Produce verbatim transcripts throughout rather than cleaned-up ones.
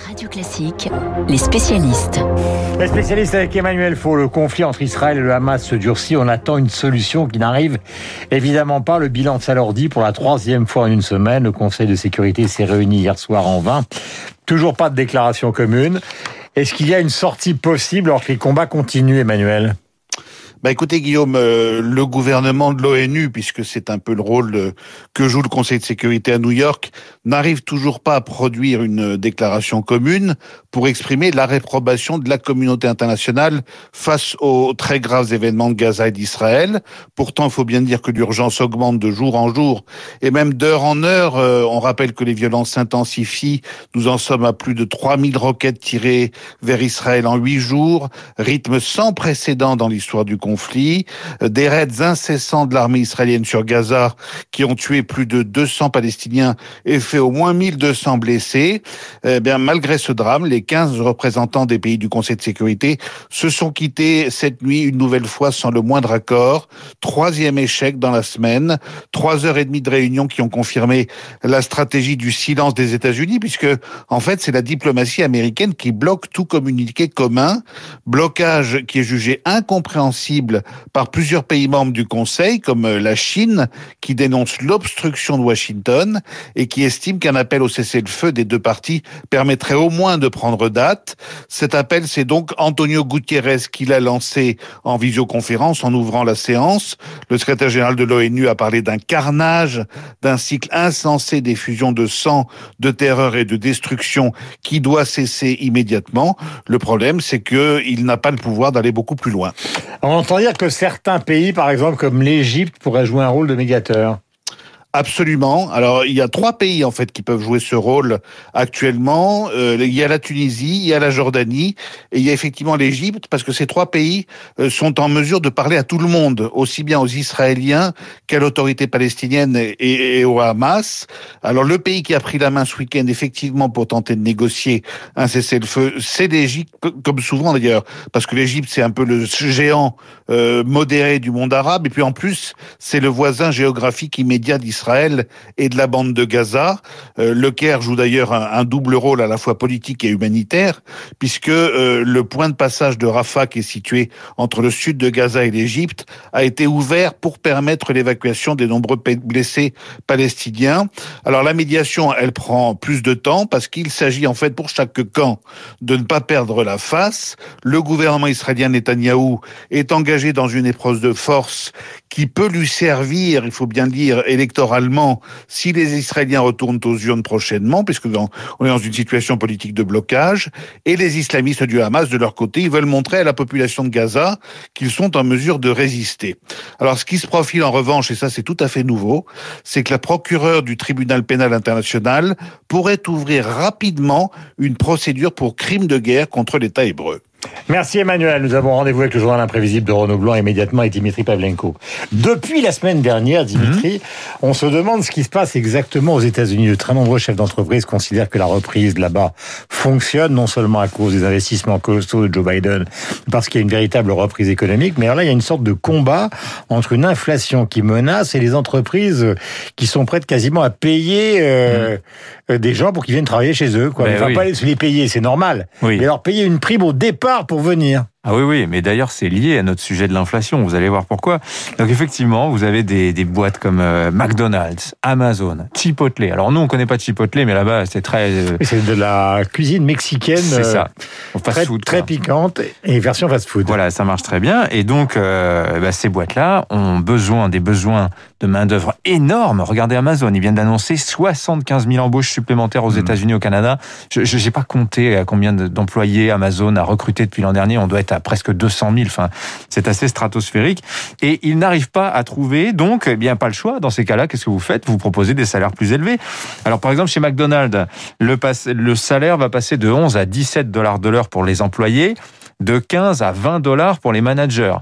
Radio Classique, les spécialistes. Les spécialistes avec Emmanuel Faux. Le conflit entre Israël et le Hamas se durcit. On attend une solution qui n'arrive évidemment pas. Le bilan s'alourdit pour la troisième fois en une semaine. Le Conseil de sécurité s'est réuni hier soir en vain. Toujours pas de déclaration commune. Est-ce qu'il y a une sortie possible alors que les combats continuent, Emmanuel ? Bah écoutez Guillaume, euh, le gouvernement de l'ONU, puisque c'est un peu le rôle euh, que joue le Conseil de sécurité à New York, n'arrive toujours pas à produire une déclaration commune pour exprimer la réprobation de la communauté internationale face aux très graves événements de Gaza et d'Israël. Pourtant, il faut bien dire que l'urgence augmente de jour en jour et même d'heure en heure. Euh, on rappelle que les violences s'intensifient. Nous en sommes à plus de trois mille roquettes tirées vers Israël en huit jours, rythme sans précédent dans l'histoire du conflit. conflit, des raids incessants de l'armée israélienne sur Gaza qui ont tué plus de deux cents Palestiniens et fait au moins mille deux cents blessés. Eh bien, malgré ce drame, les quinze représentants des pays du Conseil de sécurité se sont quittés cette nuit une nouvelle fois sans le moindre accord. Troisième échec dans la semaine. Trois heures et demie de réunion qui ont confirmé la stratégie du silence des États-Unis, puisque, en fait, c'est la diplomatie américaine qui bloque tout communiqué commun. Blocage qui est jugé incompréhensible par plusieurs pays membres du Conseil, comme la Chine, qui dénonce l'obstruction de Washington et qui estime qu'un appel au cessez-le-feu des deux parties permettrait au moins de prendre date. Cet appel, c'est donc Antonio Guterres qui l'a lancé en visioconférence en ouvrant la séance. Le secrétaire général de l'ONU a parlé d'un carnage, d'un cycle insensé d'effusion de sang, de terreur et de destruction qui doit cesser immédiatement. Le problème, c'est qu'il n'a pas le pouvoir d'aller beaucoup plus loin. On entend dire que certains pays, par exemple comme l'Égypte, pourraient jouer un rôle de médiateur. Absolument. Alors, il y a trois pays, en fait, qui peuvent jouer ce rôle actuellement. Euh, il y a la Tunisie, il y a la Jordanie, et il y a effectivement l'Égypte, parce que ces trois pays euh, sont en mesure de parler à tout le monde, aussi bien aux Israéliens qu'à l'autorité palestinienne et, et au Hamas. Alors, le pays qui a pris la main ce week-end, effectivement, pour tenter de négocier un cessez-le-feu, c'est l'Égypte, comme souvent d'ailleurs, parce que l'Égypte, c'est un peu le géant euh, modéré du monde arabe, et puis en plus, c'est le voisin géographique immédiat d'Israël et de la bande de Gaza. Euh, le Caire joue d'ailleurs un, un double rôle à la fois politique et humanitaire, puisque euh, le point de passage de Rafah, qui est situé entre le sud de Gaza et l'Égypte, a été ouvert pour permettre l'évacuation des nombreux blessés palestiniens. Alors la médiation, elle prend plus de temps, parce qu'il s'agit en fait pour chaque camp de ne pas perdre la face. Le gouvernement israélien Netanyahou est engagé dans une épreuve de force qui peut lui servir, il faut bien le dire, électoralement, si les Israéliens retournent aux urnes prochainement, puisque dans, on est dans une situation politique de blocage, et les islamistes du Hamas, de leur côté, ils veulent montrer à la population de Gaza qu'ils sont en mesure de résister. Alors, ce qui se profile en revanche, et ça c'est tout à fait nouveau, c'est que la procureure du tribunal pénal international pourrait ouvrir rapidement une procédure pour crime de guerre contre l'État hébreu. Merci Emmanuel. Nous avons rendez-vous avec le journal imprévisible de Renaud Blanc immédiatement et Dimitri Pavlenko. Depuis la semaine dernière, Dimitri, mmh. on se demande ce qui se passe exactement aux États-Unis. De très nombreux chefs d'entreprise considèrent que la reprise là-bas fonctionne, non seulement à cause des investissements colossaux de Joe Biden, parce qu'il y a une véritable reprise économique, mais alors là, il y a une sorte de combat entre une inflation qui menace et les entreprises qui sont prêtes quasiment à payer euh, mmh. des gens pour qu'ils viennent travailler chez eux. Quoi. Enfin, oui. Pas les payer, c'est normal. Oui. Mais leur payer une prime au départ pour venir. Ah oui, oui, mais d'ailleurs, c'est lié à notre sujet de l'inflation. Vous allez voir pourquoi. Donc, effectivement, vous avez des, des boîtes comme euh, McDonald's, Amazon, Chipotle. Alors, nous, on connaît pas Chipotle, mais là-bas, c'est très... Euh... C'est de la cuisine mexicaine. C'est ça. Euh, très, food, très piquante et version fast-food. Voilà, ça marche très bien. Et donc, euh, bah, ces boîtes-là ont besoin, des besoins de main-d'œuvre énormes. Regardez Amazon, ils viennent d'annoncer soixante-quinze mille embauches supplémentaires aux mmh. États-Unis, au Canada. Je n'ai pas compté à combien d'employés Amazon a recruté depuis l'an dernier. On doit être à presque deux cent mille. Enfin, c'est assez stratosphérique. Et ils n'arrivent pas à trouver, donc, eh bien, pas le choix. Dans ces cas-là, qu'est-ce que vous faites? Vous proposez des salaires plus élevés. Alors, par exemple, chez McDonald's, le, pass- le salaire va passer de onze à dix-sept dollars de l'heure pour les employés, de quinze à vingt dollars pour les managers.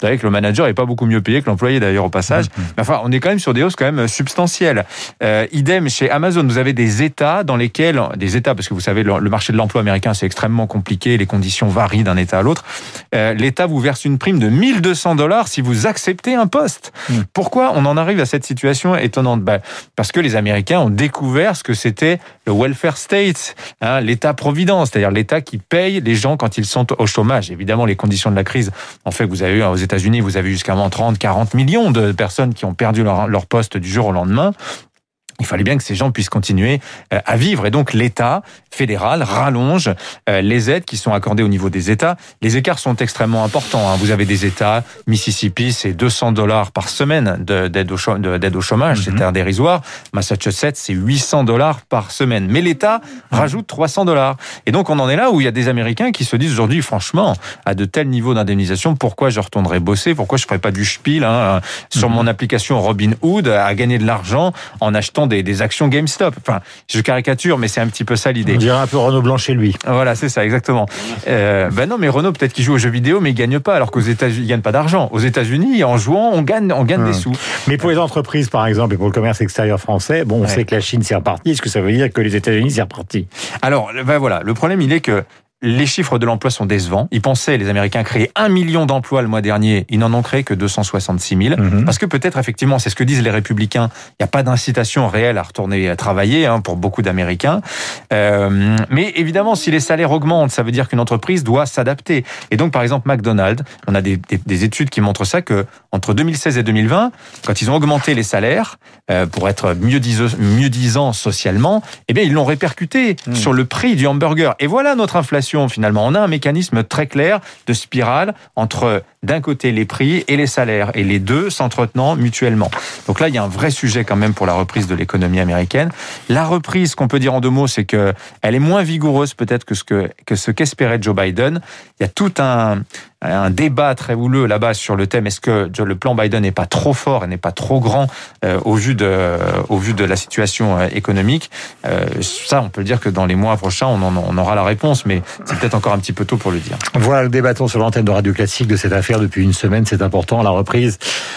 Vous savez que le manager n'est pas beaucoup mieux payé que l'employé d'ailleurs au passage. Mmh. Mais enfin, on est quand même sur des hausses quand même substantielles. Euh, idem chez Amazon, vous avez des États dans lesquels, des États, parce que vous savez, le, le marché de l'emploi américain, c'est extrêmement compliqué, les conditions varient d'un État à l'autre. Euh, L'État vous verse une prime de mille deux cents dollars si vous acceptez un poste. Mmh. Pourquoi on en arrive à cette situation étonnante? Ben, parce que les Américains ont découvert ce que c'était le welfare state, hein, l'État-providence, c'est-à-dire l'État qui paye les gens quand ils sont au chômage. Évidemment, les conditions de la crise ont fait que vous avez eu aux États-Unis, vous avez eu jusqu'à trente, quarante millions de personnes qui ont perdu leur, leur poste du jour au lendemain. Il fallait bien que ces gens puissent continuer à vivre. Et donc, l'État fédéral rallonge les aides qui sont accordées au niveau des États. Les écarts sont extrêmement importants. Vous avez des États, Mississippi, c'est deux cents dollars par semaine d'aide au chômage, mm-hmm. c'est-à-dire dérisoire. Massachusetts, c'est huit cents dollars par semaine. Mais l'État rajoute trois cents dollars. Et donc, on en est là où il y a des Américains qui se disent aujourd'hui, franchement, à de tels niveaux d'indemnisation, pourquoi je retournerais bosser? Pourquoi je ne ferais pas du spiel hein, sur mm-hmm. mon application Robinhood à gagner de l'argent en achetant Des, des actions GameStop. Enfin, je caricature, mais c'est un petit peu ça l'idée. On dirait un peu Renaud Blanc chez lui. Voilà, c'est ça, exactement. Euh, ben non, mais Renaud, peut-être qu'il joue aux jeux vidéo, mais il gagne pas, alors qu'aux États-Unis, il gagne pas d'argent. Aux États-Unis, en jouant, on gagne, on gagne hum. des sous. Mais pour les entreprises, par exemple, et pour le commerce extérieur français, bon, on ouais. sait que la Chine s'est repartie. Est-ce que ça veut dire que les États-Unis s'est repartis? Alors, ben voilà, le problème, il est que les chiffres de l'emploi sont décevants. Ils pensaient, les Américains, créer un million d'emplois le mois dernier. Ils n'en ont créé que deux cent soixante-six mille. Mmh. Parce que peut-être, effectivement, c'est ce que disent les Républicains, il n'y a pas d'incitation réelle à retourner à travailler hein, pour beaucoup d'Américains. Euh, mais évidemment, si les salaires augmentent, ça veut dire qu'une entreprise doit s'adapter. Et donc, par exemple, McDonald's, on a des, des, des études qui montrent ça, que entre deux mille seize et deux mille vingt, quand ils ont augmenté les salaires euh, pour être mieux disant, mieux disant socialement, eh bien, ils l'ont répercuté mmh. sur le prix du hamburger. Et voilà notre inflation. Finalement, on a un mécanisme très clair de spirale entre d'un côté les prix et les salaires, et les deux s'entretenant mutuellement. Donc là, il y a un vrai sujet quand même pour la reprise de l'économie américaine. La reprise, ce qu'on peut dire en deux mots, c'est que elle est moins vigoureuse peut-être que ce que, que ce qu'espérait Joe Biden. Il y a tout un un débat très houleux là-bas sur le thème, est-ce que le plan Biden n'est pas trop fort et n'est pas trop grand euh, au vu de au vu de la situation euh, économique. Euh, ça, on peut dire que dans les mois prochains, on, en, on aura la réponse, mais c'est peut-être encore un petit peu tôt pour le dire. Voilà, nous débattons sur l'antenne de Radio Classique de cette affaire depuis une semaine, c'est important, la reprise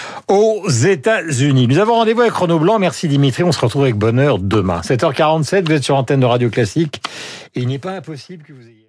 aux États-Unis. Nous avons rendez-vous avec Renaud Blanc. Merci Dimitri, on se retrouve avec bonheur demain. sept heures quarante-sept, vous êtes sur l'antenne de Radio Classique et il n'est pas impossible que vous ayez